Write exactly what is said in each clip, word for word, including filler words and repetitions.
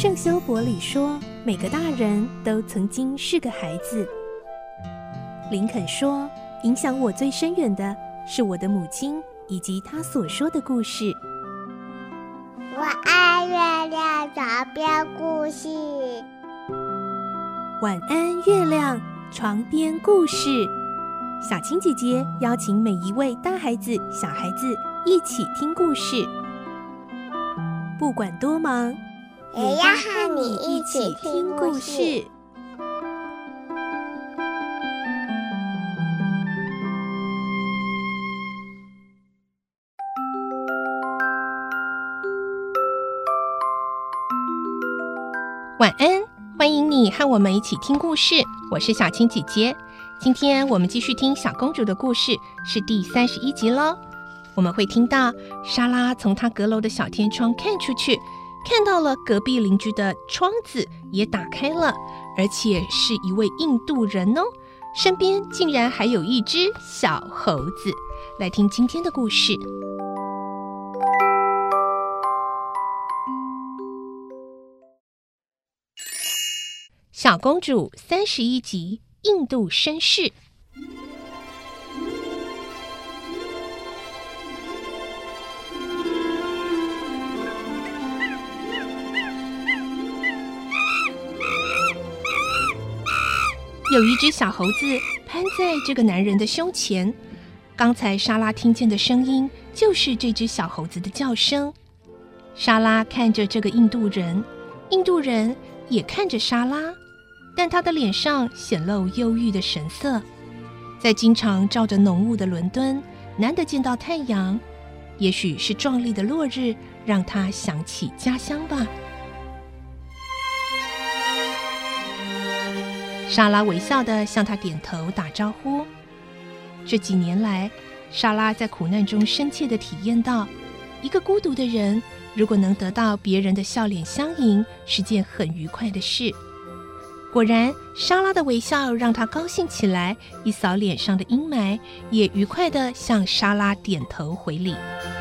圣修伯里说，每个大人都曾经是个孩子。林肯说，影响我最深远的是我的母亲以及她所说的故事。 我爱月亮床边故事。 晚安，月亮床边故事。小青姐姐邀请每一位大孩子、小孩子一起听故事，不管多忙， 也要和你一起听故事。 晚安，欢迎你和我们一起听故事，我是小青姐姐。今天我们继续听小公主的故事，是第三十一集咯。我们会听到莎拉从她阁楼的小天窗看出去，看到了隔壁邻居的窗子也打开了，而且是一位印度人哦，身边竟然还有一只小猴子。来听今天的故事。小公主三十一集，印度绅士。有一只小猴子攀在这个男人的胸前，刚才莎拉听见的声音就是这只小猴子的叫声。莎拉看着这个印度人，印度人也看着莎拉，但他的脸上显露忧郁的神色。在经常照着浓雾的伦敦，难得见到太阳，也许是壮丽的落日让他想起家乡吧。莎拉微笑地向他点头打招呼。这几年来，莎拉在苦难中深切地体验到，一个孤独的人如果能得到别人的笑脸相迎，是件很愉快的事。果然，莎拉的微笑让她高兴起来，一扫脸上的阴霾，也愉快地向莎拉点头回礼。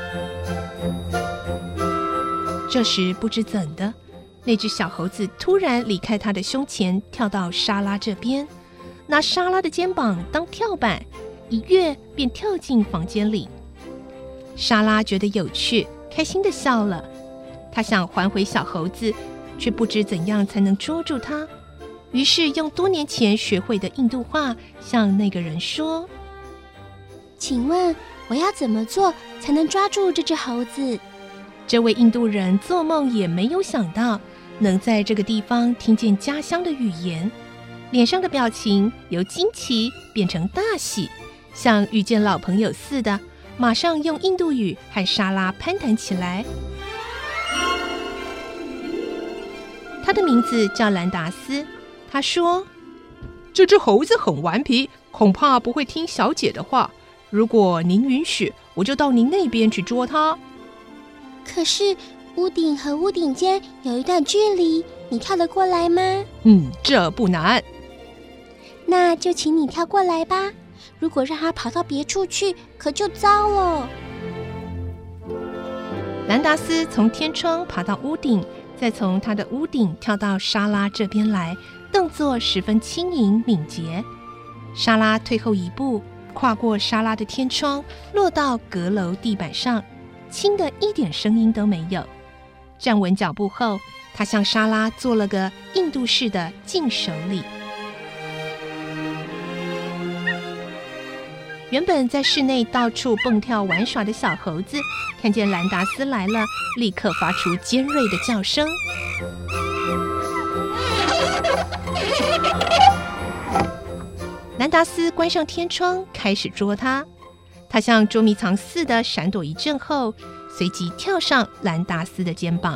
这时不知怎的，那只小猴子突然离开她的胸前，跳到莎拉这边，拿莎拉的肩膀当跳板，一跃便跳进房间里。莎拉觉得有趣，开心地笑了。她想还回小猴子，却不知怎样才能捉住它。于是用多年前学会的印度话向那个人说： 请问我要怎么做才能抓住这只猴子？ 这位印度人做梦也没有想到能在这个地方听见家乡的语言，脸上的表情由惊奇变成大喜，像遇见老朋友似的，马上用印度语和莎拉攀谈起来。他的名字叫兰达斯。他说：这只猴子很顽皮，恐怕不会听小姐的话。如果您允许，我就到您那边去捉它。 可是屋顶和屋顶间有一段距离，你跳得过来吗？ 嗯，这不难。 那就请你跳过来吧。如果让它跑到别处去，可就糟了。 兰达斯从天窗爬到屋顶，再从他的屋顶跳到莎拉这边来，动作十分轻盈敏捷。莎拉退后一步，跨过莎拉的天窗，落到阁楼地板上，轻的一点声音都没有。站稳脚步后，他向莎拉做了个印度式的敬手礼。原本在室内到处蹦跳玩耍的小猴子，看见兰达斯来了，立刻发出尖锐的叫声。兰达斯关上天窗，开始捉它。他像捉迷藏似的闪躲一阵后，随即跳上兰达斯的肩膀。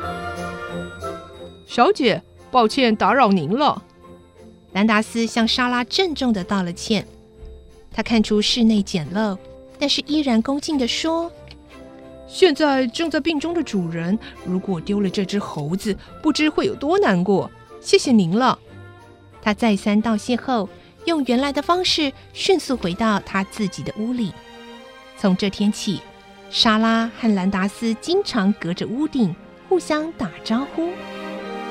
小姐，抱歉打扰您了。兰达斯向莎拉郑重地道了歉。他看出室内简陋，但是依然恭敬地说：现在正在病中的主人，如果丢了这只猴子，不知会有多难过。谢谢您了。他再三道谢后，用原来的方式迅速回到他自己的屋里。从这天起，莎拉和兰达斯经常隔着屋顶互相打招呼。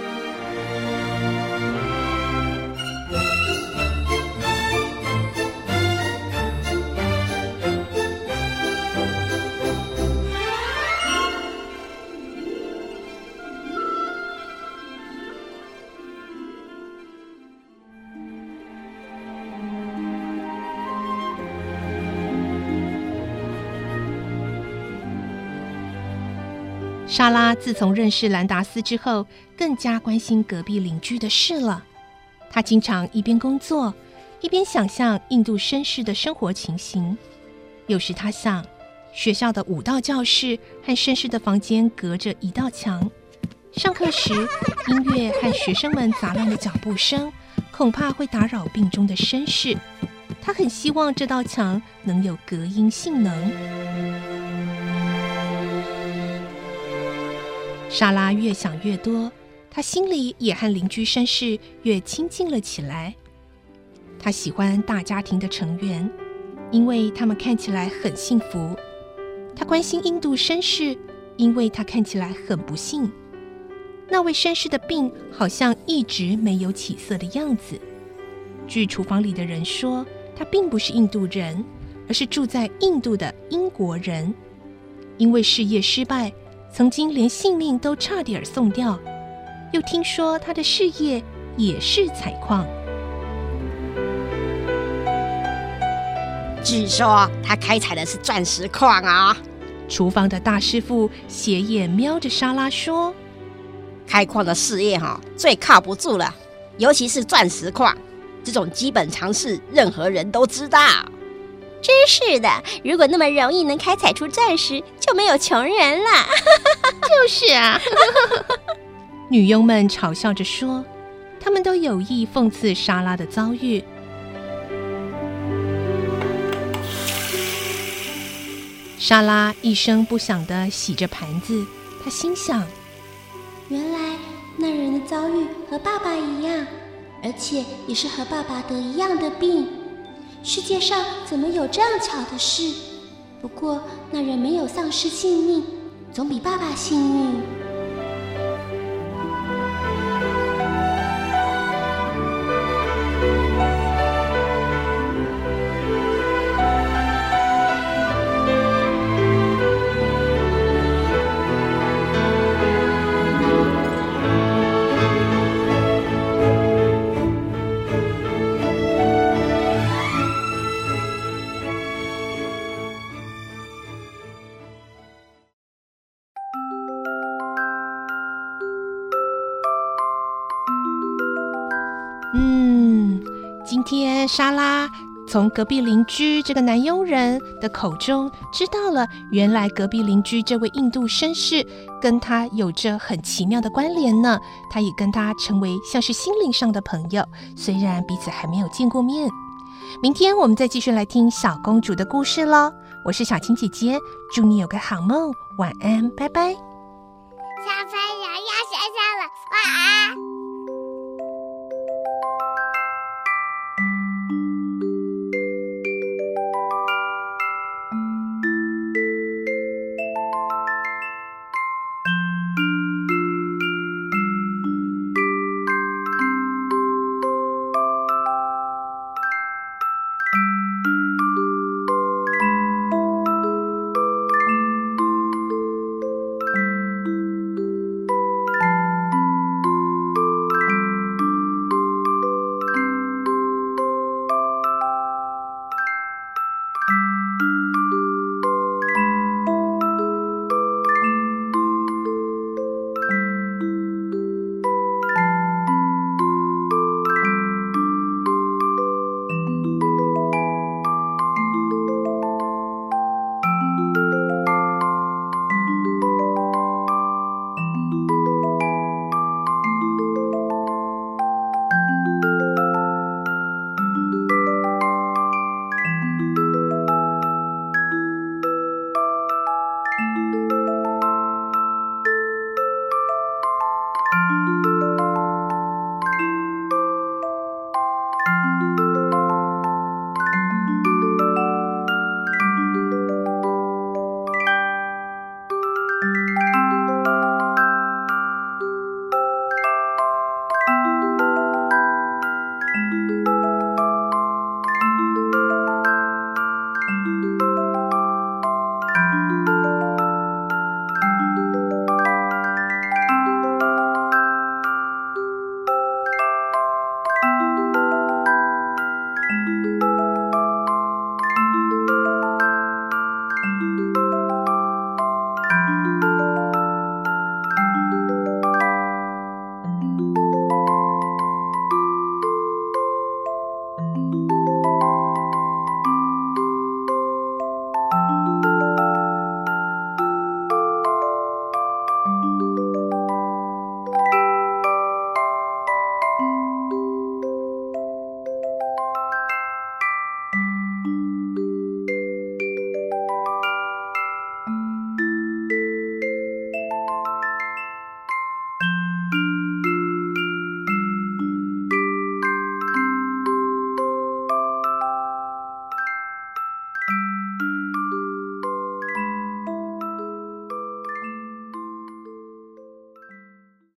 莎拉自从认识兰达斯之后，更加关心隔壁邻居的事了。她经常一边工作，一边想象印度绅士的生活情形。有时她想，学校的舞蹈教室和绅士的房间隔着一道墙，上课时音乐和学生们杂乱的脚步声恐怕会打扰病中的绅士。她很希望这道墙能有隔音性能。莎拉越想越多，她心里也和邻居绅士越亲近了起来。她喜欢大家庭的成员，因为他们看起来很幸福。她关心印度绅士，因为他看起来很不幸。那位绅士的病好像一直没有起色的样子。据厨房里的人说，他并不是印度人，而是住在印度的英国人。因为事业失败，曾经连性命都差点送掉，又听说他的事业也是采矿。 据说他开采的是钻石矿啊！ 厨房的大师傅斜眼瞄着莎拉说：“ 开矿的事业哈、哦、最靠不住了，尤其是钻石矿，这种基本常识任何人都知道。” 真是的，如果那么容易能开采出钻石，就没有穷人了。 就是啊。女佣们嘲笑着说，她们都有意讽刺莎拉的遭遇。莎拉一声不响地洗着盘子，她心想， 原来那人的遭遇和爸爸一样，而且也是和爸爸得一样的病。世界上怎么有这样巧的事？不过那人没有丧失性命，总比爸爸幸运。 嗯，今天莎拉从隔壁邻居这个男佣人的口中知道了，原来隔壁邻居这位印度绅士跟他有着很奇妙的关联呢。他也跟他成为像是心灵上的朋友，虽然彼此还没有见过面。明天我们再继续来听小公主的故事咯。我是小青姐姐，祝你有个好梦，晚安，拜拜。 小朋友